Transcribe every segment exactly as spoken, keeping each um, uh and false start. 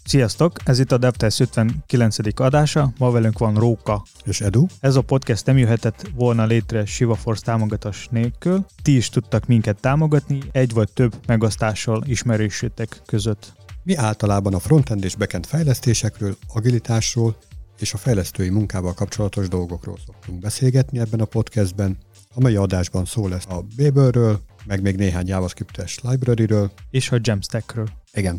Sziasztok! Ez itt a DevTest ötvenkilencedik adása, ma velünk van Róka és Edu. Ez a podcast nem jöhetett volna létre ShivaForce támogatás nélkül. Ti is tudtak minket támogatni egy vagy több megosztással ismerősötek között. Mi általában a frontend és backend fejlesztésekről, agilitásról és a fejlesztői munkával kapcsolatos dolgokról szoktunk beszélgetni ebben a podcastben, amely adásban szó lesz a Babelről, meg még néhány JavaScript-es library-ről. És a Jamstackről. Igen.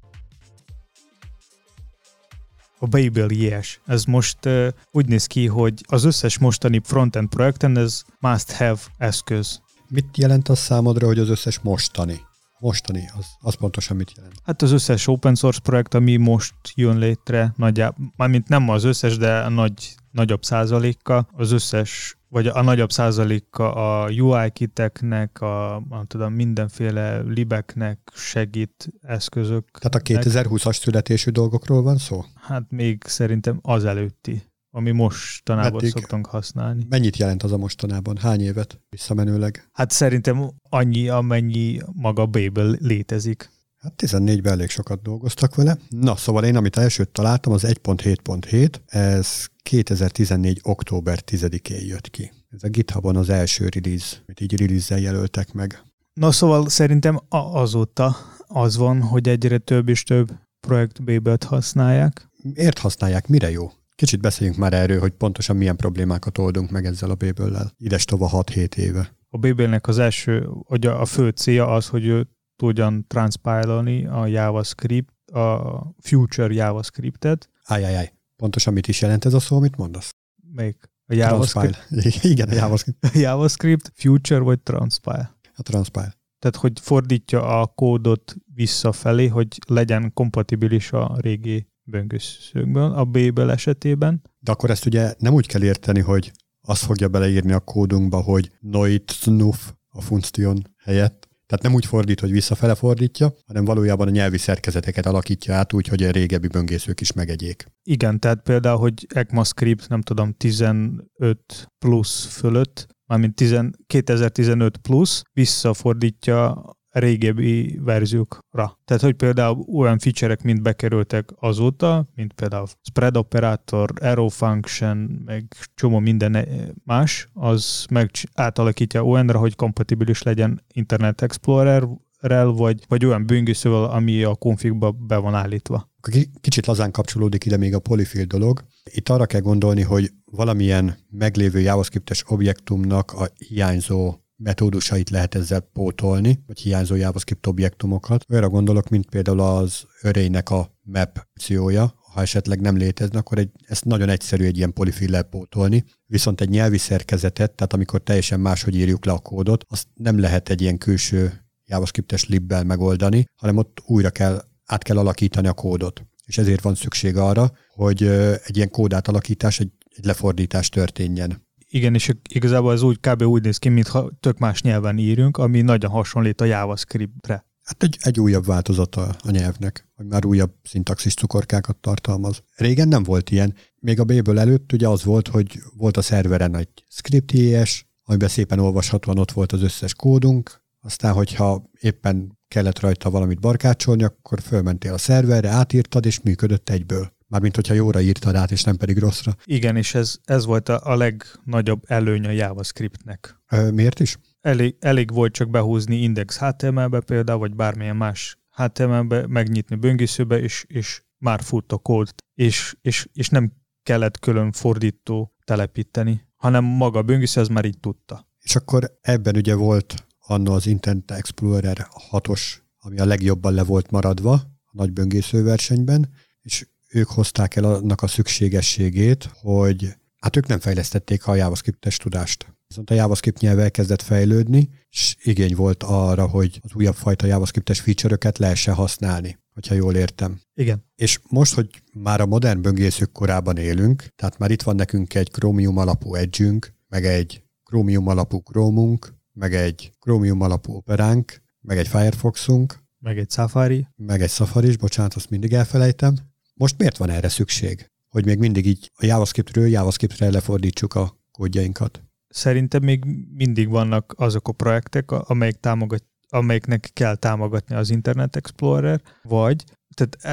A Babel yes. Ez most uh, úgy néz ki, hogy az összes mostani frontend projekten ez must-have eszköz. Mit jelent az számodra, hogy az összes mostani? Mostani, az, az pontosan mit jelent? Hát az összes open source projekt, ami most jön létre, nagyjából, mármint nem az összes, de a nagy, nagyobb százaléka, az összes, vagy a nagyobb százaléka a u i kiteknek, a nem tudom, mindenféle libeknek segít eszközök. Tehát a kétezer-húszas születésű dolgokról van szó? Hát még szerintem az előtti, ami mostanában Meddig? szoktunk használni. Mennyit jelent az a mostanában? Hány évet visszamenőleg? Hát szerintem annyi, amennyi maga Babel létezik. Hát tizennégyben elég sokat dolgoztak vele. Na, szóval én, amit elsőt találtam, az egy pont hét pont hét, ez kétezer-tizennégy. október tizedikén jött ki. Ez a GitHubon az első release, amit így release-zel jelöltek meg. Na szóval szerintem azóta az van, hogy egyre több és több projekt Babelt használják. Miért használják? Mire jó? Kicsit beszéljünk már erről, hogy pontosan milyen problémákat oldunk meg ezzel a Babellel. Ides tova hat-hét éve. A Babelnek az első, hogy a fő célja az, hogy ő tudjan transpile-olni a JavaScript, a future JavaScriptet. Ájjájjáj, pontosan mit is jelent ez a szó, amit mondasz? Melyik? A JavaScript. Igen, a JavaScript. A JavaScript, future vagy transpile? A transpile. Tehát, hogy fordítja a kódot visszafelé, hogy legyen kompatibilis a régi böngészőkből, a Babel esetében. De akkor ezt ugye nem úgy kell érteni, hogy azt fogja beleírni a kódunkba, hogy noit snuff a funkción helyett. Tehát nem úgy fordít, hogy visszafele fordítja, hanem valójában a nyelvi szerkezeteket alakítja át úgy, hogy a régebbi böngészők is megegyék. Igen, tehát például, hogy ECMAScript, nem tudom, tizenöt plusz fölött, mármint kétezer-tizenöt plusz visszafordítja a régebbi verziókra. Tehát, hogy például olyan feature-ek mind bekerültek azóta, mint például spread operator, arrow function, meg csomó minden más, az meg átalakítja olyanra, hogy kompatibilis legyen Internet Explorer-rel, vagy, vagy olyan böngészővel, ami a configba be van állítva. Kicsit lazán kapcsolódik ide még a polyfill dolog. Itt arra kell gondolni, hogy valamilyen meglévő JavaScript-es objektumnak a hiányzó metódusait lehet ezzel pótolni, vagy hiányzó JavaScript objektumokat. Olyanra gondolok, mint például az array-nek a map opciója. Ha esetleg nem létezne, akkor egy, ezt nagyon egyszerű egy ilyen polyfill-lel pótolni. Viszont egy nyelvi szerkezetet, tehát amikor teljesen máshogy írjuk le a kódot, azt nem lehet egy ilyen külső JavaScript-es libbel megoldani, hanem ott újra kell, át kell alakítani a kódot. És ezért van szükség arra, hogy egy ilyen kódátalakítás, egy, egy lefordítás történjen. Igen, és igazából ez úgy kb. Úgy néz ki, mintha tök más nyelven írjunk, ami nagyon hasonlít a JavaScriptre. Hát egy, egy újabb változata a nyelvnek, vagy már újabb szintaxis cukorkákat tartalmaz. Régen nem volt ilyen. Még a Babel előtt ugye az volt, hogy volt a szerveren egy script.js, amiben szépen olvashatóan ott volt az összes kódunk, aztán, hogyha éppen kellett rajta valamit barkácsolni, akkor fölmentél a szerverre, átírtad, és működött egyből. Mármint, hogyha jóra írtad át, és nem pedig rosszra. Igen, és ez, ez volt a, a legnagyobb előny a JavaScriptnek. Ö, miért is? Elég, elég volt csak behúzni index há té em el-be például, vagy bármilyen más há té em el-be, megnyitni böngészőbe, és, és már fut a kód. És, és, és nem kellett külön fordító telepíteni, hanem maga a böngésző az már így tudta. És akkor ebben ugye volt anno az Internet Explorer hatos, ami a legjobban le volt maradva a nagy böngésző versenyben, és ők hozták el annak a szükségességét, hogy hát ők nem fejlesztették a JavaScript-es tudást. Viszont a JavaScript nyelv elkezdett fejlődni, és igény volt arra, hogy az újabb fajta JavaScript-es feature-öket lehessen használni, hogyha jól értem. Igen. És most, hogy már a modern böngészők korában élünk, tehát már itt van nekünk egy Chromium alapú Edge-ünk, meg egy Chromium alapú Chrome-unk, meg egy Chromium alapú Operánk, meg egy Firefoxunk, meg egy Safari, meg egy Safari is, bocsánat, azt mindig elfelejtem. Most miért van erre szükség? Hogy még mindig így a JavaScriptről JavaScriptre lefordítsuk a kódjainkat? Szerintem még mindig vannak azok a projektek, amelyek támogat, amelyeknek kell támogatni az Internet Explorer, vagy tehát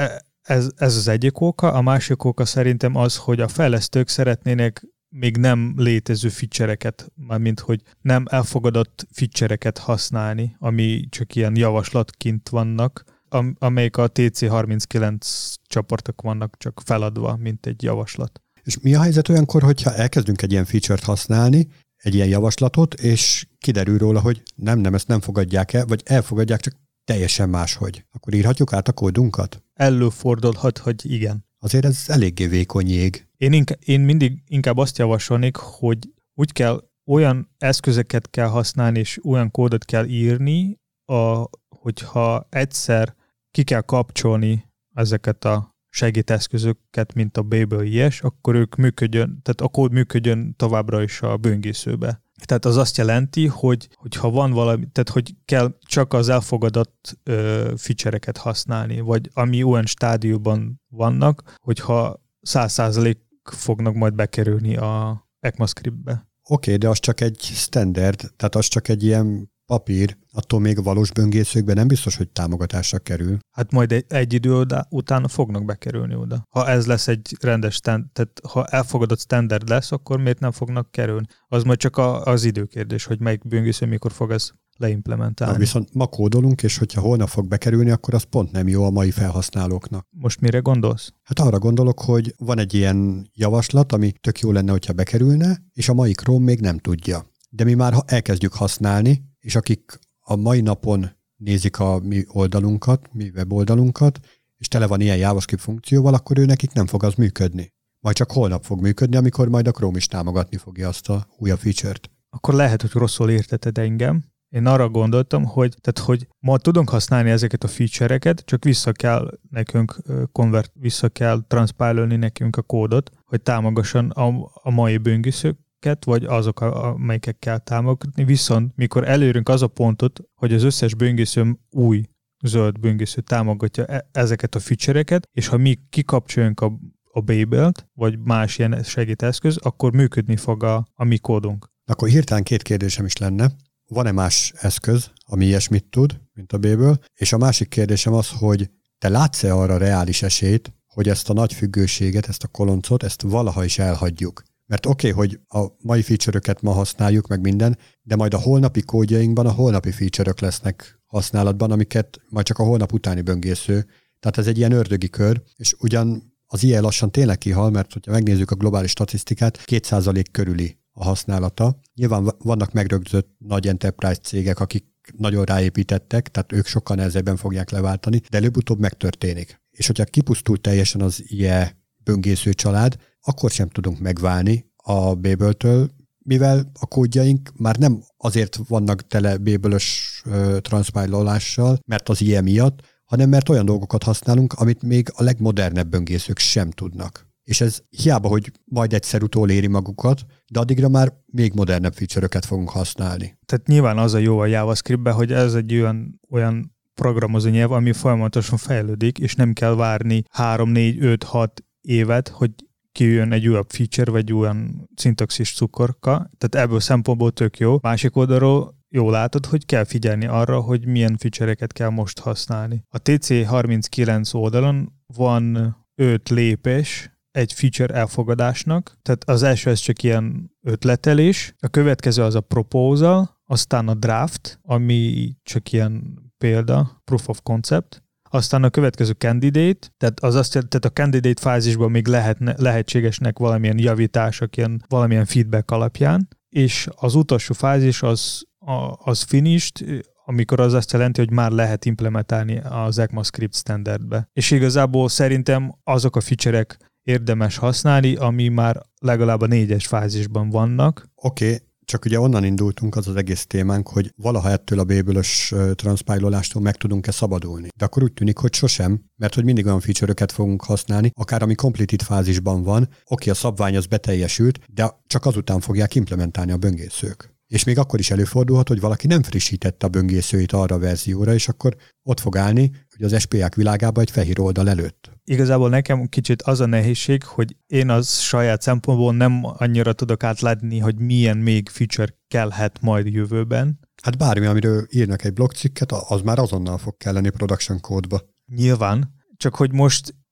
ez, ez az egyik oka, a másik oka szerintem az, hogy a fejlesztők szeretnének még nem létező feature-eket, mármint hogy nem elfogadott feature-eket használni, ami csak ilyen javaslatként vannak, am- amelyik a té cé harminckilenc csoportok vannak csak feladva, mint egy javaslat. És mi a helyzet olyankor, hogyha elkezdünk egy ilyen feature-t használni, egy ilyen javaslatot, és kiderül róla, hogy nem, nem, ezt nem fogadják el, vagy elfogadják, csak teljesen máshogy. Akkor írhatjuk át a kódunkat? Előfordulhat, hogy igen. Azért ez eléggé vékony jég. Én, inkább, én mindig inkább azt javasolnék, hogy úgy kell, olyan eszközöket kell használni, és olyan kódot kell írni, a, hogyha egyszer ki kell kapcsolni ezeket a segédeszközöket, mint a Babel ilyes, akkor ők működjön, tehát a kód működjön továbbra is a böngészőbe. Tehát az azt jelenti, hogy, hogy ha van valami, tehát hogy kell csak az elfogadott ö, feature-eket használni, vagy ami olyan stádiumban vannak, hogyha száz százalék fognak majd bekerülni a ECMAScriptbe. Oké, okay, de az csak egy standard, tehát az csak egy ilyen papír, attól még a valós böngészőkben nem biztos, hogy támogatásra kerül. Hát majd egy, egy idő oda, utána fognak bekerülni oda. Ha ez lesz egy rendes standard, tehát ha elfogadott standard lesz, akkor miért nem fognak kerülni? Az majd csak a, az időkérdés, hogy melyik böngésző mikor fog ez leimplementálni. Na, viszont ma kódolunk, és hogyha holnap fog bekerülni, akkor az pont nem jó a mai felhasználóknak. Most mire gondolsz? Hát arra gondolok, hogy van egy ilyen javaslat, ami tök jó lenne, hogyha bekerülne, és a mai Chrome még nem tudja. De mi már elkezdjük használni, és akik a mai napon nézik a mi oldalunkat, mi weboldalunkat, és tele van ilyen JavaScript funkcióval, akkor ő nekik nem fog az működni. Majd csak holnap fog működni, amikor majd a Chrome is támogatni fogja azt a újabb feature-t. Akkor lehet, hogy rosszul érteted engem. Én arra gondoltam, hogy, tehát, hogy ma tudunk használni ezeket a feature-eket, csak vissza kell nekünk convert, vissza kell transpile-ölni nekünk a kódot, hogy támogasson a, a mai böngészők, vagy azok, amelyeket kell támogatni, viszont mikor elérünk az a pontot, hogy az összes böngésző új zöld böngésző támogatja e- ezeket a feature-eket, és ha mi kikapcsoljunk a, a Babelt, vagy más ilyen segédeszköz, akkor működni fog a, a mi kódunk. Akkor hirtelen két kérdésem is lenne. Van-e más eszköz, ami ilyesmit tud, mint a Babel? És a másik kérdésem az, hogy te látsz-e arra reális esélyt, hogy ezt a nagy függőséget, ezt a koloncot, ezt valaha is elhagyjuk? Mert oké, okay, hogy a mai feature-öket ma használjuk, meg minden, de majd a holnapi kódjainkban a holnapi feature-ök lesznek használatban, amiket majd csak a holnap utáni böngésző. Tehát ez egy ilyen ördögi kör, és ugyan az ilyen lassan tényleg kihal, mert hogyha megnézzük a globális statisztikát, két százalék körüli a használata. Nyilván vannak megrögzött nagy enterprise cégek, akik nagyon ráépítettek, tehát ők sokkal nehezebben fogják leváltani, de előbb-utóbb megtörténik. És hogyha kipusztul teljesen az ilyen böngésző család, akkor sem tudunk megválni a Babeltől, mivel a kódjaink már nem azért vannak tele Babel-ös transpile-olással, mert az ilyen miatt, hanem mert olyan dolgokat használunk, amit még a legmodernebb böngészők sem tudnak. És ez hiába, hogy majd egyszer utoléri magukat, de addigra már még modernebb feature-öket fogunk használni. Tehát nyilván az a jó a JavaScriptben, hogy ez egy olyan, olyan programozó nyelv, ami folyamatosan fejlődik, és nem kell várni három, négy, öt, hat évet, hogy kijön egy újabb feature, vagy olyan szintaxis cukorka. Tehát ebből szempontból tök jó. Másik oldalról jól látod, hogy kell figyelni arra, hogy milyen feature-eket kell most használni. A té cé harminckilenc oldalon van öt lépés egy feature elfogadásnak. Tehát az első ez csak ilyen ötletelés. A következő az a proposal, aztán a draft, ami csak ilyen példa, proof of concept. Aztán a következő candidate, tehát, az azt, tehát a candidate fázisban még lehetne, lehetségesnek valamilyen javítások, ilyen, valamilyen feedback alapján, és az utolsó fázis az, a, az finished, amikor az azt jelenti, hogy már lehet implementálni az ECMAScript standardbe. És igazából szerintem azok a feature-ek érdemes használni, ami már legalább a négyes fázisban vannak. Oké, okay. Csak ugye onnan indultunk, az az egész témánk, hogy valaha ettől a Babel-ös transpile-olástól meg tudunk-e szabadulni. De akkor úgy tűnik, hogy sosem, mert hogy mindig olyan feature-öket fogunk használni, akár ami completed fázisban van, oké, a szabvány az beteljesült, de csak azután fogják implementálni a böngészők. És még akkor is előfordulhat, hogy valaki nem frissítette a böngészőit arra a verzióra, és akkor ott fog állni, hogy az es pé á-k világában egy fehér oldal előtt. Igazából nekem kicsit az a nehézség, hogy én az saját szempontból nem annyira tudok átlátni, hogy milyen még feature kellhet majd jövőben. Hát bármi, amiről írnak egy blogcikket, az már azonnal fog kelleni production code-ba. Nyilván, csak hogy most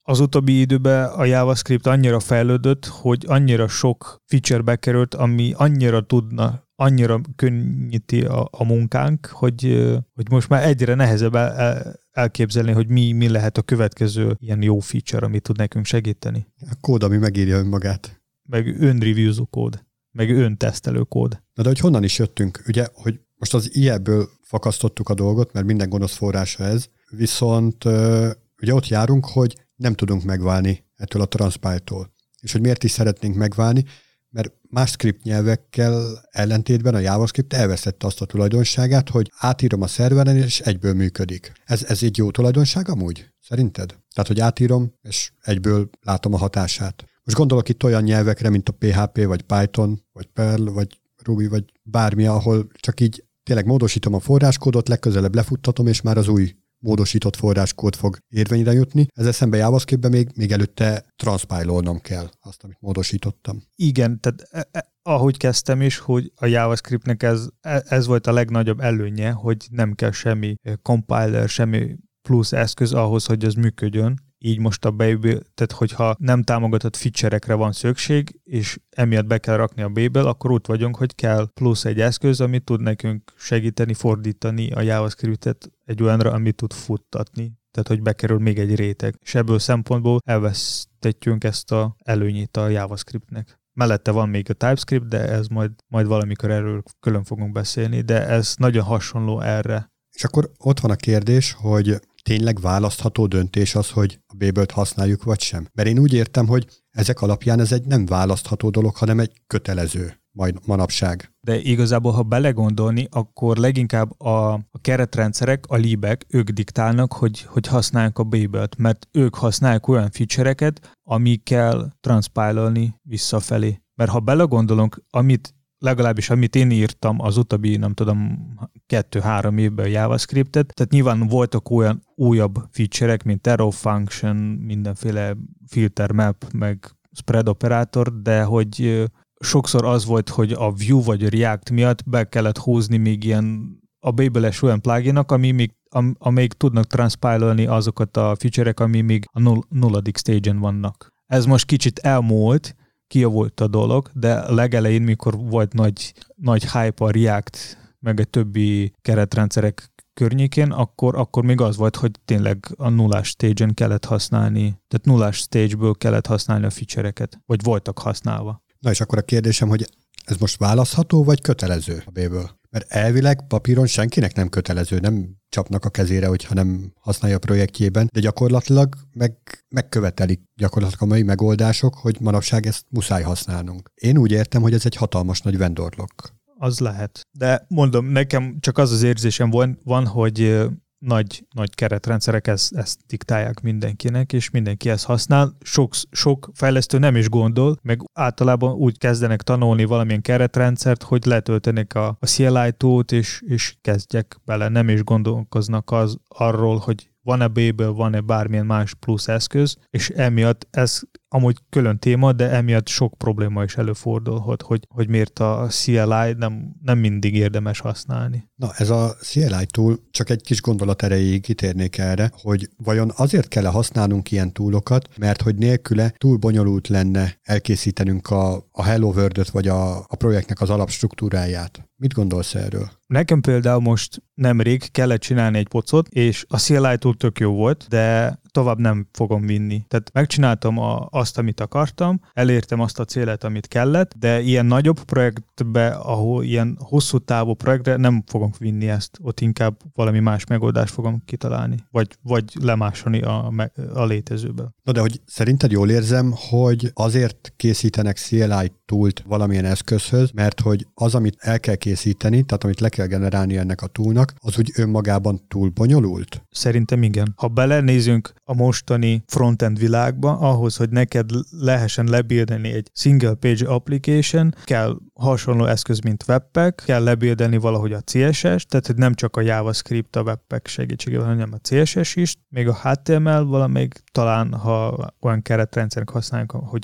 az utóbbi időben a JavaScript annyira fejlődött, hogy annyira sok feature bekerült, ami annyira tudna, annyira könnyíti a, a munkánk, hogy, hogy most már egyre nehezebb el, elképzelni, hogy mi, mi lehet a következő ilyen jó feature, ami tud nekünk segíteni. A kód, ami megírja önmagát. Meg önreviewzó kód, meg öntesztelő kód. Na de hogy honnan is jöttünk? Ugye, hogy most az i e-ből fakasztottuk a dolgot, mert minden gonosz forrása ez, viszont ugye ott járunk, hogy nem tudunk megválni ettől a Transpile-tól. És hogy miért is szeretnénk megválni, mert más script nyelvekkel ellentétben a JavaScript elveszette azt a tulajdonságát, hogy átírom a szerveren, és egyből működik. Ez, ez egy jó tulajdonság amúgy? Szerinted? Tehát, hogy átírom, és egyből látom a hatását. Most gondolok itt olyan nyelvekre, mint a pé há pé, vagy Python, vagy Perl, vagy Ruby, vagy bármi, ahol csak így tényleg módosítom a forráskódot, legközelebb lefuttatom, és már az új módosított forráskód fog érvényre jutni. Ezzel szemben JavaScriptben még, még előtte transpile-olnom kell azt, amit módosítottam. Igen, tehát eh, ahogy kezdtem is, hogy a JavaScriptnek ez, ez volt a legnagyobb előnye, hogy nem kell semmi compiler, semmi plusz eszköz ahhoz, hogy ez működjön. Így most a Babel, tehát hogyha nem támogatott feature-ekre van szükség, és emiatt be kell rakni a Babel, akkor ott vagyunk, hogy kell plusz egy eszköz, ami tud nekünk segíteni, fordítani a JavaScriptet egy olyanra, amit tud futtatni. Tehát, hogy bekerül még egy réteg. És ebből szempontból elvesztetjünk ezt a előnyét a JavaScriptnek. Mellette van még a TypeScript, de ez majd, majd valamikor erről külön fogunk beszélni, de ez nagyon hasonló erre. És akkor ott van a kérdés, hogy tényleg választható döntés az, hogy a Babelt használjuk, vagy sem? Mert én úgy értem, hogy ezek alapján ez egy nem választható dolog, hanem egy kötelező majd manapság. De igazából, ha belegondolni, akkor leginkább a, a keretrendszerek, a libek, ők diktálnak, hogy, hogy használják a Babelt, mert ők használják olyan feature-eket, amikkel transpile-olni visszafelé. Mert ha belegondolunk, amit legalábbis amit én írtam az utóbbi, nem tudom, kettő-három évben a JavaScriptet, tehát nyilván voltak olyan újabb feature-ek, mint arrow function, mindenféle filter map, meg spread operátor, de hogy sokszor az volt, hogy a Vue vagy a React miatt be kellett húzni még ilyen a Babel-es olyan pluginak, ami még, am, amelyik tudnak transpile-olni azokat a feature-ek, ami még a null, nulladik stage-en vannak. Ez most kicsit elmúlt, kijavult a dolog, de legelején, mikor volt nagy, nagy hype a React, meg a többi keretrendszerek környékén, akkor, akkor még az volt, hogy tényleg a nullás stage-en kellett használni, tehát nullás stage-ből kellett használni a feature-eket, vagy voltak használva. Na és akkor a kérdésem, hogy ez most választható, vagy kötelező a Babel? Mert elvileg papíron senkinek nem kötelező, nem csapnak a kezére, hogyha nem használja a projektjében, de gyakorlatilag meg, megkövetelik gyakorlatilag a mai megoldások, hogy manapság ezt muszáj használnunk. Én úgy értem, hogy ez egy hatalmas nagy vendorlok. Az lehet. De mondom, nekem csak az az érzésem van, van hogy nagy, nagy keretrendszerek ezt, ezt diktálják mindenkinek, és mindenki ezt használ. Sok, sok fejlesztő nem is gondol, meg általában úgy kezdenek tanulni valamilyen keretrendszert, hogy letöltenek a, a cé el i tool-t, és, és kezdjek bele. Nem is gondolkoznak az arról, hogy van-e Babel, van-e bármilyen más plusz eszköz, és emiatt ez amúgy külön téma, de emiatt sok probléma is előfordulhat, hogy, hogy miért a cé el i nem, nem mindig érdemes használni. Na, ez a cé el i tool, csak egy kis gondolat erejéig kitérnék erre, hogy vajon azért kell használnunk ilyen túlokat, mert hogy nélküle túl bonyolult lenne elkészítenünk a, a Hello World-öt, vagy a, a projektnek az alapstruktúráját. Mit gondolsz erről? Nekem például most nemrég kellett csinálni egy pocot, és a cé el i tool tök jó volt, de tovább nem fogom vinni. Tehát megcsináltam a, azt, amit akartam, elértem azt a célet, amit kellett, de ilyen nagyobb projektbe, ahol ilyen hosszú távú projektre nem fogom vinni ezt, ott inkább valami más megoldást fogom kitalálni, vagy, vagy lemásolni a, a létezőbe. Na de hogy szerinted jól érzem, hogy azért készítenek cé el i toolt valamilyen eszközhöz, mert hogy az, amit el kell készíteni, tehát amit le kell generálni ennek a toolnak, az úgy önmagában túl bonyolult? Szerintem igen. Ha belenézünk a mostani frontend világba, ahhoz, hogy neked lehessen lebuildeni egy single page application, kell hasonló eszköz, mint Webpack, kell lebuildeni valahogy a cé es es, tehát hogy nem csak a JavaScript a Webpack segítségével, hanem a cé es es is, még a há té em el valamelyik talán, ha olyan keretrendszernek használjuk, hogyha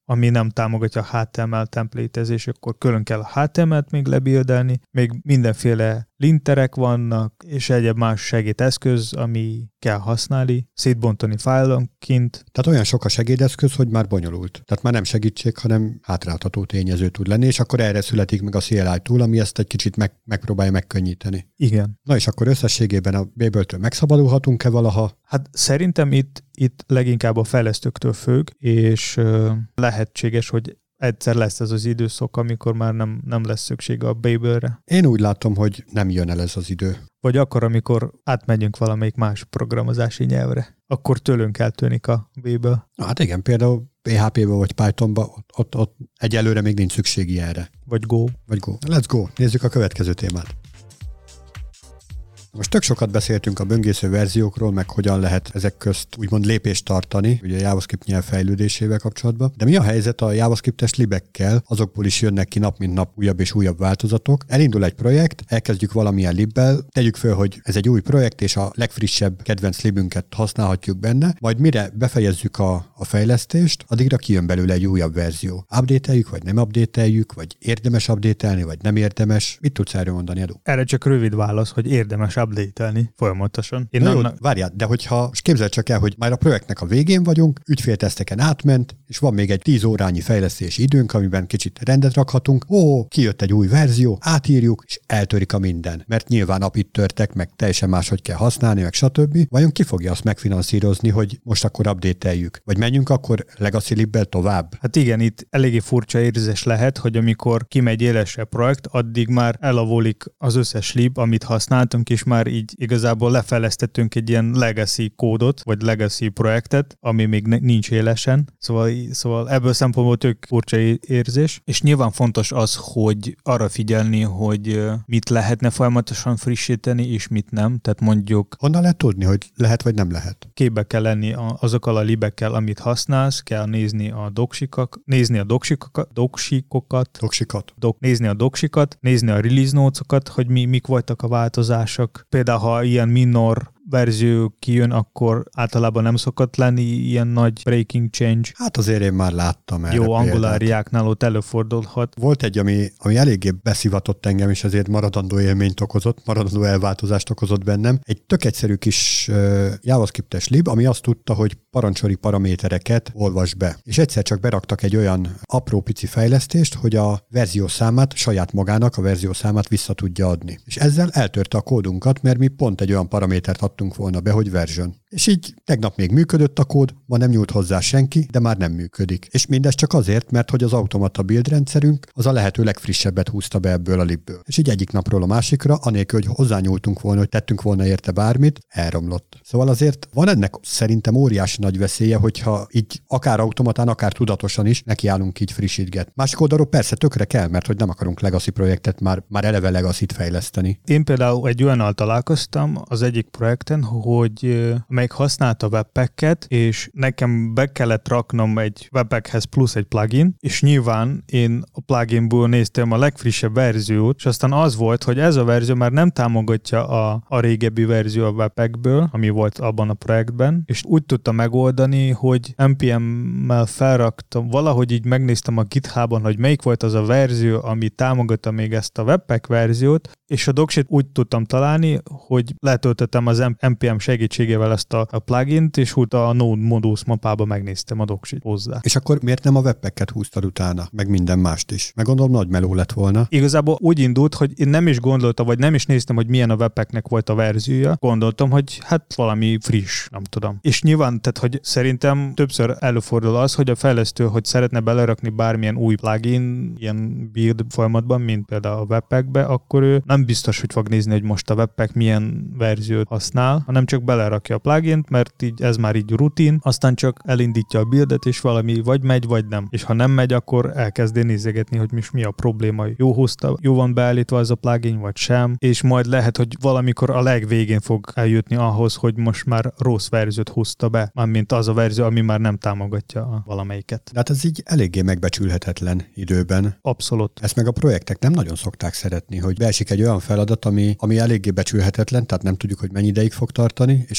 ami nem támogatja a há té em el templétezés, akkor külön kell a há té em el-t még lebildelni, még mindenféle linterek vannak, és egyéb más segédeszköz, ami kell használni, szétbontani fájlonként. Tehát olyan sok a segédeszköz, hogy már bonyolult. Tehát már nem segítség, hanem hátráltató tényező tud lenni, és akkor erre születik meg a cé el i tool, ami ezt egy kicsit meg, megpróbálja megkönnyíteni. Igen. Na és akkor összességében a Babel-től megszabadulhatunk-e valaha? Hát szerintem itt, itt leginkább a fejlesztőktől függ, és uh, lehetséges, hogy egyszer lesz ez az időszak, amikor már nem, nem lesz szükség a Babel-re. Én úgy látom, hogy nem jön el ez az idő. Vagy akkor, amikor átmegyünk valamelyik más programozási nyelvre. Akkor tőlünk eltűnik a Babel. Na, hát igen, például pé há pé-be vagy Pythonba ott, ott, ott egyelőre még nincs szükség ilyenre. Vagy Go. Vagy Go. Let's go. Nézzük a következő témát. Most tök sokat beszéltünk a böngésző verziókról, meg hogyan lehet ezek közt úgymond lépést tartani, ugye a JavaScript nyelv fejlődésével kapcsolatban. De mi a helyzet a JavaScript-es libekkel? Azokból is jönnek ki nap mint nap újabb és újabb változatok. Elindul egy projekt, elkezdjük valamilyen libbel, tegyük föl, hogy ez egy új projekt, és a legfrissebb kedvenc libünket használhatjuk benne, majd mire befejezzük a, a fejlesztést, addigra kijön belőle egy újabb verzió. Update-eljük, vagy nem update-eljük, vagy érdemes update-elni, vagy nem érdemes. Mit tudsz erről mondani, Edu? Erre csak rövid válasz, hogy érdemes update-elni folyamatosan. Én Na nem... jó, várjál, de hogyha, most képzeld csak el, hogy már a projektnek a végén vagyunk, ügyfélteszteken átment, és van még egy tíz órányi fejlesztési időnk, amiben kicsit rendet rakhatunk. Ó, kijött egy új verzió, átírjuk, és eltörik a minden. Mert nyilván apit törtek, meg teljesen máshogy kell használni, meg stb. Vajon ki fogja azt megfinanszírozni, hogy most akkor update-eljük? Vagy menjünk akkor legacy libbel tovább? Hát igen, itt eléggé furcsa érzés lehet, hogy amikor kimegy élesebb projekt, addig már elavulik az összes lib, amit használtunk, és már így igazából lefejlesztettünk egy ilyen legacy kódot, vagy legacy projektet, ami még nincs élesen. Szóval, szóval ebből szempontból tök furcsa érzés. És nyilván fontos az, hogy arra figyelni, hogy mit lehetne folyamatosan frissíteni, és mit nem. Tehát mondjuk... Honnan lehet tudni, hogy lehet vagy nem lehet? Képbe kell lenni azokkal a libekkel, amit használsz, kell nézni a doksikat, nézni a doksikokat, doksikokat, doksikat. Dok, nézni a doksikat, nézni a release notes-okat, hogy mi, mik voltak a változások. Például, ha ilyen minor verzió kijön, akkor általában nem szokott lenni ilyen nagy breaking change. Hát azért én már láttam erre. Jó, Anguláriáknál ott előfordulhat. Volt egy, ami, ami eléggé beszivatott engem, és ezért maradandó élményt okozott, maradandó elváltozást okozott bennem. Egy tök egyszerű kis uh, JavaScript-es lib, ami azt tudta, hogy parancsori paramétereket olvas be. És egyszer csak beraktak egy olyan apró pici fejlesztést, hogy a verzió számát saját magának, a verzió számát vissza tudja adni. És ezzel eltörte a kódunkat, mert mi pont egy olyan paramétert adtunk volna be, hogy version. És így tegnap még működött a kód, ma nem nyújt hozzá senki, de már nem működik. És mindez csak azért, mert hogy az automata build rendszerünk az a lehető legfrissebbet húzta be ebből a libből. És így egyik napról a másikra, anélkül, hogy hozzányúltunk volna, hogy tettünk volna érte bármit, elromlott. Szóval azért van ennek szerintem óriási nagy veszélye, hogyha így akár automatán, akár tudatosan is nekiállunk így frissítget. Másik oldalról persze tökre kell, mert hogy nem akarunk legacy projektet már, már eleve legacy-t fejleszteni. Én például egy olyannal találkoztam az egyik projekten, hogy meg használta webpacket, és nekem be kellett raknom egy webpackhez plusz egy plugin, és nyilván én a pluginból néztem a legfrissebb verziót, és aztán az volt, hogy ez a verzió már nem támogatja a, a régebbi verzió a webpackből, ami volt abban a projektben, és úgy tudtam megoldani, hogy en pé em-mel felraktam, valahogy így megnéztem a GitHubon, hogy melyik volt az a verzió, ami támogatta még ezt a webpack verziót, és a doksit úgy tudtam találni, hogy letöltöttem az en pé em segítségével ezt a, a plugint, és úgy a Node Modules mapába megnéztem a doksit hozzá. És akkor miért nem a webpacket húztad utána, meg minden mást is? Meg gondolom nagy meló lett volna. Igazából úgy indult, hogy én nem is gondoltam, vagy nem is néztem, hogy milyen a webpacknek volt a verziója. Gondoltam, hogy hát valami friss, nem tudom. És nyilván, tehát, hogy szerintem többször előfordul az, hogy a fejlesztő, hogy szeretne belerakni bármilyen új plugin, ilyen build folyamatban, mint például a webpackbe, akkor ő nem biztos, hogy fog nézni, hogy most a webpack milyen verziót használ, hanem csak belerakja a plugint, mert így ez már így rutin, aztán csak elindítja a buildet, és valami vagy megy, vagy nem. És ha nem megy, akkor elkezdi nézegetni, hogy most mi a probléma. Jó hozta, jó van beállítva ez a plugin, vagy sem, és majd lehet, hogy valamikor a legvégén fog eljutni ahhoz, hogy most már rossz verziót hozta be, mármint az a verzió, ami már nem támogatja a valamelyiket. De hát ez így eléggé megbecsülhetetlen időben. Abszolút. Ezt meg a projektek nem nagyon szokták szeretni, hogy beesik egy olyan feladat, ami, ami eléggé becsülhetetlen, tehát nem tudjuk, hogy mennyi ideig fog tartani, és a kimenet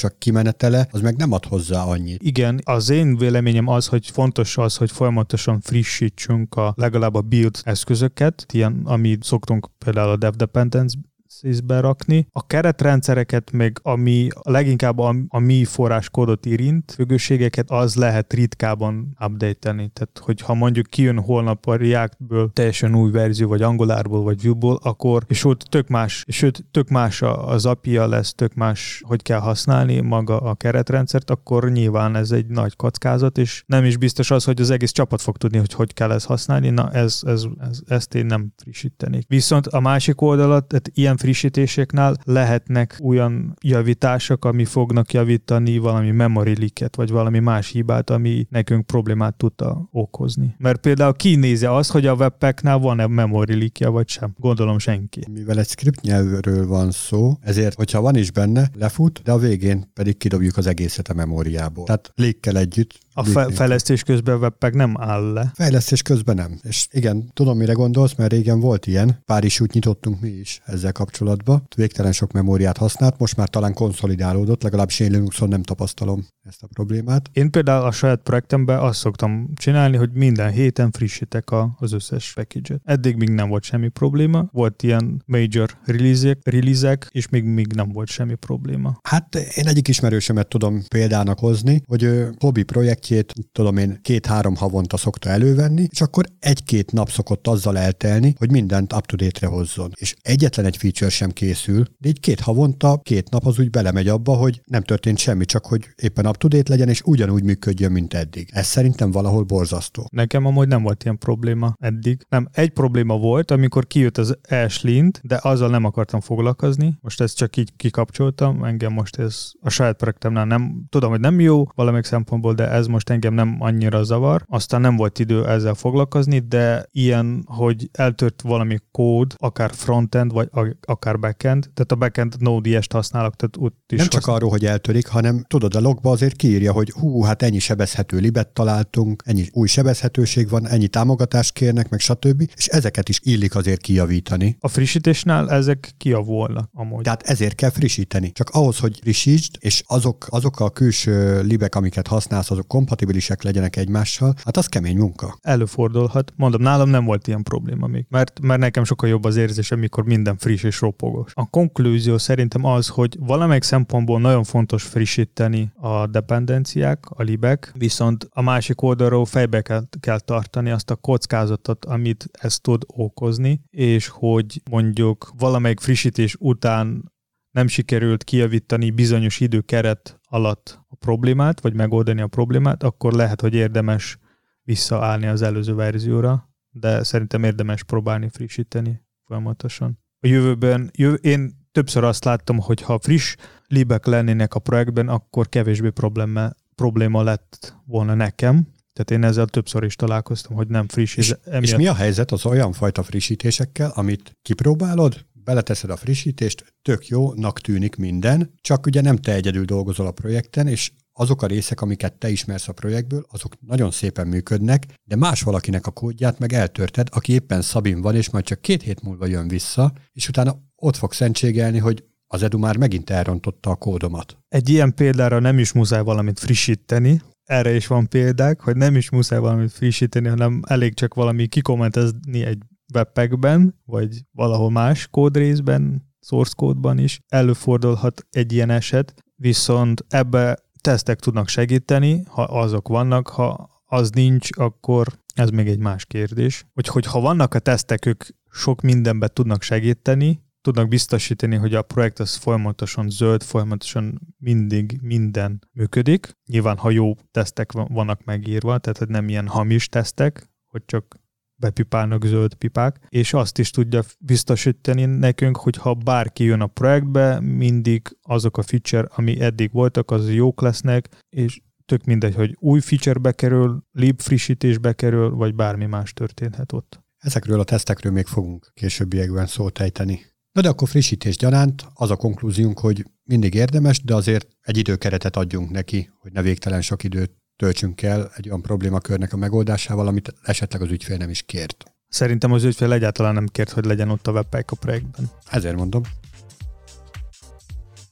menetele, az meg nem ad hozzá annyit. Igen, az én véleményem az, hogy fontos az, hogy folyamatosan frissítsünk a legalább a build eszközöket, ilyen, amit szoktunk például a dev dependence berakni. A keretrendszereket meg, ami leginkább a, a mi forráskódot érint, függőségeket, az lehet ritkában update-elni. Tehát, hogyha mondjuk kijön holnap a React-ből teljesen új verzió, vagy Angularból, vagy Vue-ból, akkor, és ott tök más, és sőt, tök más az á pé i lesz, tök más, hogy kell használni maga a keretrendszert, akkor nyilván ez egy nagy kockázat, és nem is biztos az, hogy az egész csapat fog tudni, hogy hogy kell ezt használni. Na, ez, ez, ez, ezt én nem frissítenék. Viszont a másik oldalat, tehát ilyen frissítéseknál lehetnek olyan javítások, ami fognak javítani valami memory leaket, vagy valami más hibát, ami nekünk problémát tudta okozni. Mert például ki nézi azt, hogy a webpacknál van-e memory leakja, vagy sem? Gondolom senki. Mivel egy script nyelvről van szó, ezért, hogyha van is benne, lefut, de a végén pedig kidobjuk az egészet a memóriából. Tehát leakkel együtt. A fe- fejlesztés közben a webpack nem áll le. Fejlesztés közben nem. És igen, tudom, mire gondolsz, mert régen volt ilyen. Pár isút nyitottunk mi is ezzel kapcsolatban. Végtelen sok memóriát használt, most már talán konszolidálódott, legalábbis én Linuxon nem tapasztalom ezt a problémát. Én például a saját projektemben azt szoktam csinálni, hogy minden héten frissítek a, az összes package-et. Eddig még nem volt semmi probléma. Volt ilyen major release-ek, release-ek, és még, még nem volt semmi probléma. Hát én egyik ismerősömet tudom példának hozni, hogy ő hobby projektjét, tudom én, két-három havonta szokta elővenni, és akkor egy-két nap szokott azzal eltelni, hogy mindent up-to-date-re hozzon. És egyetlen egy feature sem készül, de így két havonta, két nap az úgy belemegy abba, hogy nem történt semmi, csak hogy éppen up-to-date legyen, és ugyanúgy működjön, mint eddig. Ez szerintem valahol borzasztó. Nekem amúgy nem volt ilyen probléma eddig. Nem, egy probléma volt, amikor kijött az Ashlint, de azzal nem akartam foglalkozni. Most ezt csak így kikapcsoltam, engem most ez a saját projektemnál nem, tudom, hogy nem jó valamelyik szempontból, de ez most engem nem annyira zavar. Aztán nem volt idő ezzel foglalkozni, de ilyen, hogy eltört valami kód, akár frontend, vagy akár backend, tehát a backend Node.js-t használok, tehát ott is. Nem csak arról, hogy eltörik, hanem tudod, a logba azért kiírja, hogy hú, hát ennyi sebezhető libet találtunk, ennyi új sebezhetőség van, ennyi támogatást kérnek, meg stb. És ezeket is illik azért kijavítani. A frissítésnál ezek kijavulnak amúgy. Tehát ezért kell frissíteni. Csak ahhoz, hogy frissítsd, és azok, azok a külső libek, amiket használsz, azok kompatibilisek legyenek egymással, hát az kemény munka. Előfordulhat. Mondom, nálam nem volt ilyen probléma még, mert, mert nekem sokkal jobb az érzés, amikor minden friss és ropogós. A konklúzió szerintem az, hogy valamelyik szempontból nagyon fontos frissíteni a dependenciák, a libek, viszont a másik oldalról fejbe kell, kell tartani azt a kockázatot, amit ez tud okozni, és hogy mondjuk valamelyik frissítés után nem sikerült kijavítani bizonyos időkeret alatt a problémát, vagy megoldani a problémát, akkor lehet, hogy érdemes visszaállni az előző verzióra, de szerintem érdemes próbálni frissíteni folyamatosan. A jövőben, jövő, én többször azt láttam, hogy ha friss libek lennének a projektben, akkor kevésbé probléma, probléma lett volna nekem. Tehát én ezzel többször is találkoztam, hogy nem friss. És, és mi a helyzet az olyan fajta frissítésekkel, amit kipróbálod, beleteszed a frissítést, tök jónak tűnik minden, csak ugye nem te egyedül dolgozol a projekten, és azok a részek, amiket te ismersz a projektből, azok nagyon szépen működnek, de más valakinek a kódját meg eltörted, aki éppen szabin van, és majd csak két hét múlva jön vissza, és utána ott fog szentségelni, hogy az Edu már megint elrontotta a kódomat. Egy ilyen példára nem is muszáj valamit frissíteni, erre is van példák, hogy nem is muszáj valamit frissíteni, hanem elég csak valami kikommentezni egy webpackben, vagy valahol más kódrészben, source code-ban is. Előfordulhat egy ilyen eset, viszont ebbe tesztek tudnak segíteni, ha azok vannak, ha az nincs, akkor ez még egy más kérdés. Hogy, ha vannak a tesztek, ők sok mindenben tudnak segíteni, tudnak biztosítani, hogy a projekt az folyamatosan zöld, folyamatosan mindig minden működik. Nyilván, ha jó tesztek vannak megírva, tehát hogy nem ilyen hamis tesztek, hogy csak bepipálnak zöld pipák, és azt is tudja biztosítani nekünk, hogy ha bárki jön a projektbe, mindig azok a feature, ami eddig voltak, az jók lesznek, és tök mindegy, hogy új feature bekerül, lib frissítésbe kerül, vagy bármi más történhet ott. Ezekről a tesztekről még fogunk későbbiekben szót ejteni. Na de akkor frissítés gyanánt az a konklúziónk, hogy mindig érdemes, de azért egy időkeretet adjunk neki, hogy ne végtelen sok időt töltsünk el egy olyan problémakörnek a megoldásával, amit esetleg az ügyfél nem is kért. Szerintem az ügyfél egyáltalán nem kért, hogy legyen ott a webpack a projektben. Ezért mondom.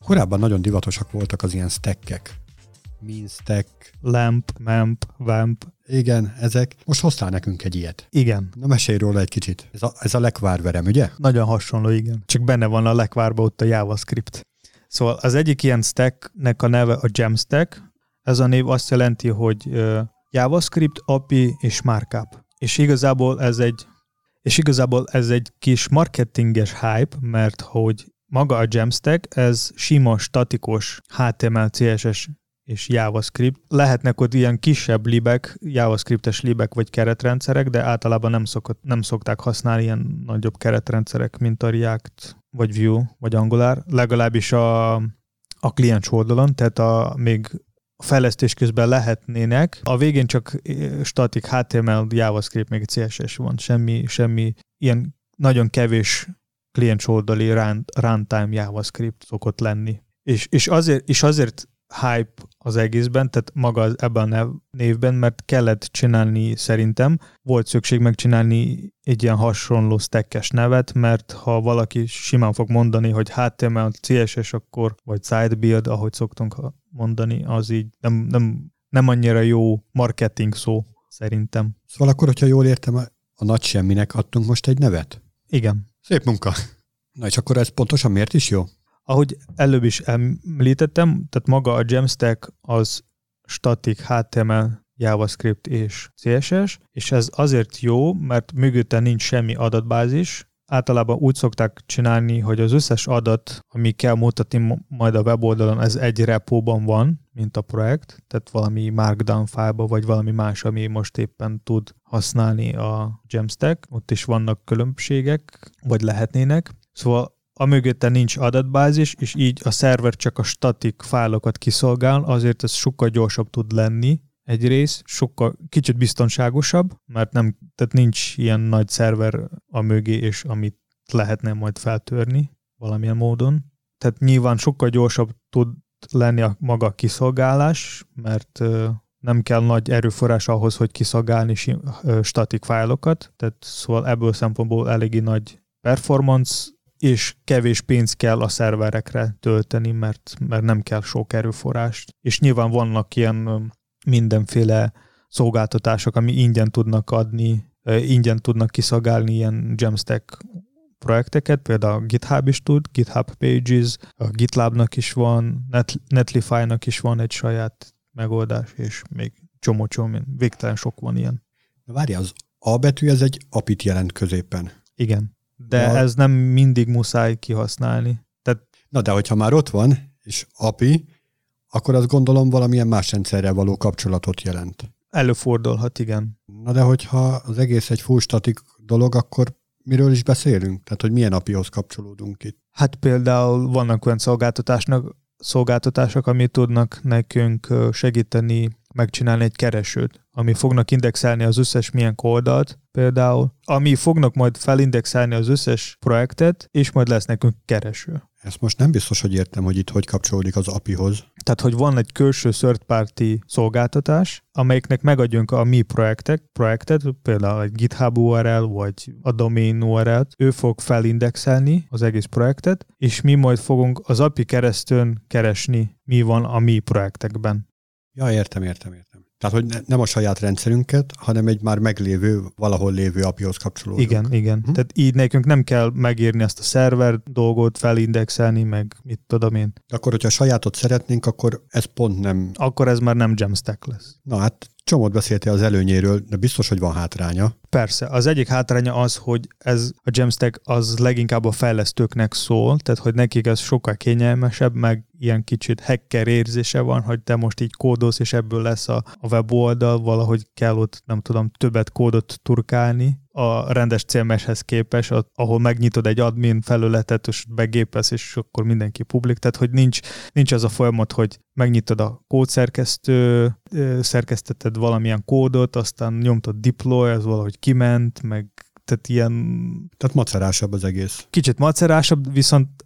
Korábban nagyon divatosak voltak az ilyen stackek. Min stack. Lamp, mamp, vamp. Igen, ezek. Most hoztál nekünk egy ilyet. Igen. Na mesélj róla egy kicsit. Ez a, ez a lekvárverem, ugye? Nagyon hasonló, igen. Csak benne van a lekvárba ott a JavaScript. Szóval az egyik ilyen stacknek a neve a Jamstack. Ez a név azt jelenti, hogy uh, JavaScript, á pé i és markup. És igazából ez egy és igazából ez egy kis marketinges hype, mert hogy maga a Jamstack, ez sima, statikus há té em el, cé es es és JavaScript. Lehetnek ott ilyen kisebb libek, JavaScriptes libek vagy keretrendszerek, de általában nem, szokott, nem szokták használni ilyen nagyobb keretrendszerek, mint a React, vagy Vue, vagy Angular. Legalábbis a, a kliens oldalon, tehát a, még a fejlesztés közben lehetnének. A végén csak statik há té em el, JavaScript, még cé es es van. Semmi, semmi ilyen nagyon kevés kliens oldali runtime JavaScript szokott lenni. És, és, azért, és azért hype az egészben, tehát maga az, ebben a névben, mert kellett csinálni szerintem, volt szükség megcsinálni egy ilyen hasonló stackes nevet, mert ha valaki simán fog mondani, hogy há té em el, cé es es, akkor, vagy sidebuild, ahogy szoktunk mondani, az így nem, nem, nem annyira jó marketing szó, szerintem. Szóval akkor, hogyha jól értem, a nagy semminek adtunk most egy nevet? Igen. Szép munka. Na és akkor ez pontosan miért is jó? Ahogy előbb is említettem, tehát maga a Jamstack az statik há té em el, JavaScript és cé es es, és ez azért jó, mert mögötte nincs semmi adatbázis. Általában úgy szokták csinálni, hogy az összes adat, ami kell mutatni majd a weboldalon, ez egy repóban van, mint a projekt, tehát valami markdown fájlba, vagy valami más, ami most éppen tud használni a Jamstack. Ott is vannak különbségek, vagy lehetnének. Szóval a mögötte nincs adatbázis, és így a szerver csak a statik fájlokat kiszolgál, azért ez sokkal gyorsabb tud lenni egyrészt, sokkal kicsit biztonságosabb, mert nem, tehát nincs ilyen nagy szerver a mögé, és amit lehetne majd feltörni valamilyen módon. Tehát nyilván sokkal gyorsabb tud lenni a maga kiszolgálás, mert uh, nem kell nagy erőforrás ahhoz, hogy kiszolgálni uh, statik fájlokat, tehát szóval ebből szempontból eléggé nagy performance, és kevés pénz kell a szerverekre tölteni, mert, mert nem kell sok erőforrást. És nyilván vannak ilyen mindenféle szolgáltatások, ami ingyen tudnak adni, ingyen tudnak kiszolgálni ilyen Jamstack projekteket, például a GitHub is tud, GitHub Pages, a GitLabnak is van, Net, Netlify-nak is van egy saját megoldás, és még csomó-csomó, végtelen sok van ilyen. Várj, az A betű, ez egy apit jelent középen. Igen. De ja. Ez nem mindig muszáj kihasználni. Tehát... Na de hogyha már ott van, és á pé i, akkor azt gondolom valamilyen más rendszerrel való kapcsolatot jelent. Előfordulhat, igen. Na de hogyha az egész egy full static dolog, akkor miről is beszélünk? Tehát, hogy milyen á pé i-hoz kapcsolódunk itt? Hát például vannak olyan szolgáltatásnak, szolgáltatások, ami tudnak nekünk segíteni megcsinálni egy keresőt, ami fognak indexelni az összes milyen oldalt, például, ami fognak majd felindexelni az összes projektet, és majd lesz nekünk kereső. Ezt most nem biztos, hogy értem, hogy itt hogy kapcsolódik az á pé i-hoz. Tehát, hogy van egy külső third-party szolgáltatás, amelyiknek megadjunk a mi projektek, projektet, például egy GitHub u er el, vagy a domain u er el-t, ő fog felindexelni az egész projektet, és mi majd fogunk az á pé i keresztül keresni, mi van a mi projektekben. Ja, értem, értem, értem. Tehát, hogy ne, nem a saját rendszerünket, hanem egy már meglévő, valahol lévő á pé i-hoz kapcsolódunk. Igen, igen. Hm? Tehát így nekünk nem kell megírni ezt a szerver dolgot, felindexelni, meg mit tudom én. Akkor, hogyha sajátot szeretnénk, akkor ez pont nem... Akkor ez már nem Jamstack lesz. Na hát, csomót beszéltél az előnyéről, de biztos, hogy van hátránya. Persze. Az egyik hátránya az, hogy ez a Jamstack az leginkább a fejlesztőknek szól, tehát hogy nekik ez sokkal kényelmesebb, meg ilyen kicsit hacker érzése van, hogy te most így kódolsz, és ebből lesz a, a weboldal, valahogy kell ott, nem tudom, többet kódot turkálni a rendes cé em es-hez képest, ahol megnyitod egy admin felületet, és begépelsz, és akkor mindenki publik. Tehát, hogy nincs, nincs az a folyamat, hogy megnyitod a kódszerkesztő, szerkeszteted valamilyen kódot, aztán nyomtad deploy, az valahogy kiment, meg tehát ilyen... Tehát macerásabb az egész. Kicsit macerásabb, viszont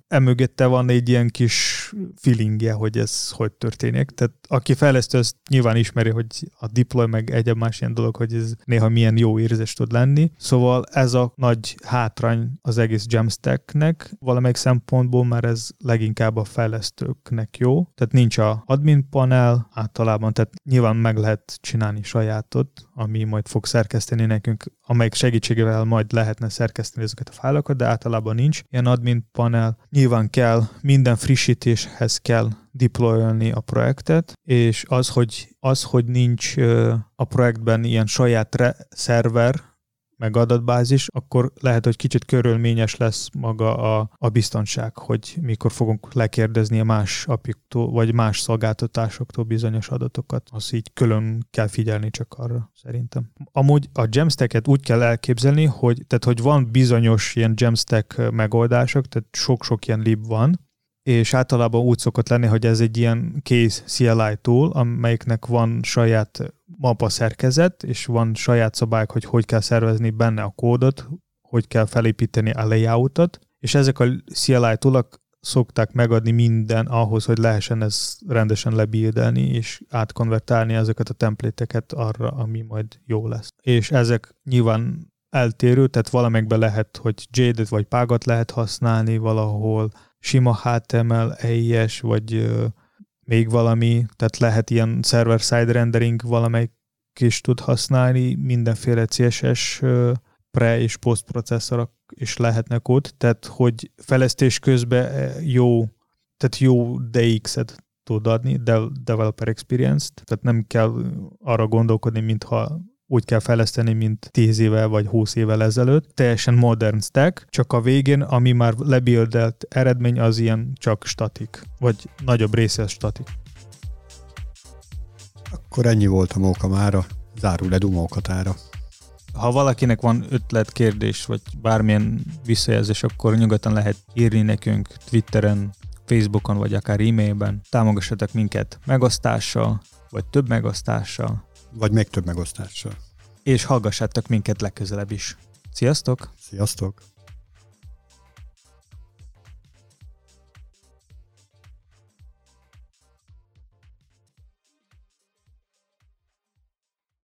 emögette van egy ilyen kis feelingje, hogy ez hogy történik. Tehát aki fejlesztő, az nyilván ismeri, hogy a deploy meg egyéb más ilyen dolog, hogy ez néha milyen jó érzés tud lenni. Szóval ez a nagy hátrány az egész Jamstacknek valamelyik szempontból, mert ez leginkább a fejlesztőknek jó. Tehát nincs a admin panel általában, tehát nyilván meg lehet csinálni sajátot, ami majd fog szerkeszteni nekünk, amelyik segítségével majd lehetne szerkeszteni ezeket a fájlokat, de általában nincs ilyen admin panel. Nyilván kell, minden frissítéshez kell deployolni a projektet, és az, hogy, az, hogy nincs a projektben ilyen saját re- szerver, meg adatbázis, akkor lehet, hogy kicsit körülményes lesz maga a, a biztonság, hogy mikor fogunk lekérdezni a más apiktól, vagy más szolgáltatásoktól bizonyos adatokat. Az így külön kell figyelni csak arra, szerintem. Amúgy a Jamstacket úgy kell elképzelni, hogy, tehát, hogy van bizonyos ilyen Jamstack megoldások, tehát sok-sok ilyen lib van, és általában úgy szokott lenni, hogy ez egy ilyen case C L I tool, amelyiknek van saját mapa szerkezet, és van saját szabályok, hogy hogy kell szervezni benne a kódot, hogy kell felépíteni a layoutot, és ezek a C L I toolok szokták megadni minden ahhoz, hogy lehessen ezt rendesen lebuildelni, és átkonvertálni ezeket a templéteket arra, ami majd jó lesz. És ezek nyilván eltérő, tehát valamelyikben lehet, hogy Jade-et vagy Pagot lehet használni valahol, sima H T M L, E I S, vagy uh, még valami, tehát lehet ilyen server-side rendering valamelyik is tud használni, mindenféle C S S uh, pre- és post-processzorok is lehetnek ott, tehát hogy fejlesztés közben jó, tehát jó D X-et tud adni, Developer Experience-t, tehát nem kell arra gondolkodni, mintha úgy kell fejleszteni, mint tíz évvel vagy húsz évvel ezelőtt. Teljesen modern stack, csak a végén, ami már lebuildelt eredmény, az ilyen csak statik, vagy nagyobb része statik. Akkor ennyi volt a móka mára, zárul Edu mókatára. Ha valakinek van ötlet, kérdés, vagy bármilyen visszajelzés, akkor nyugodtan lehet írni nekünk Twitteren, Facebookon, vagy akár e-mailben. Támogassatok minket megosztással, vagy több megosztással. Vagy még több megosztással. És hallgassátok minket legközelebb is. Sziasztok! Sziasztok!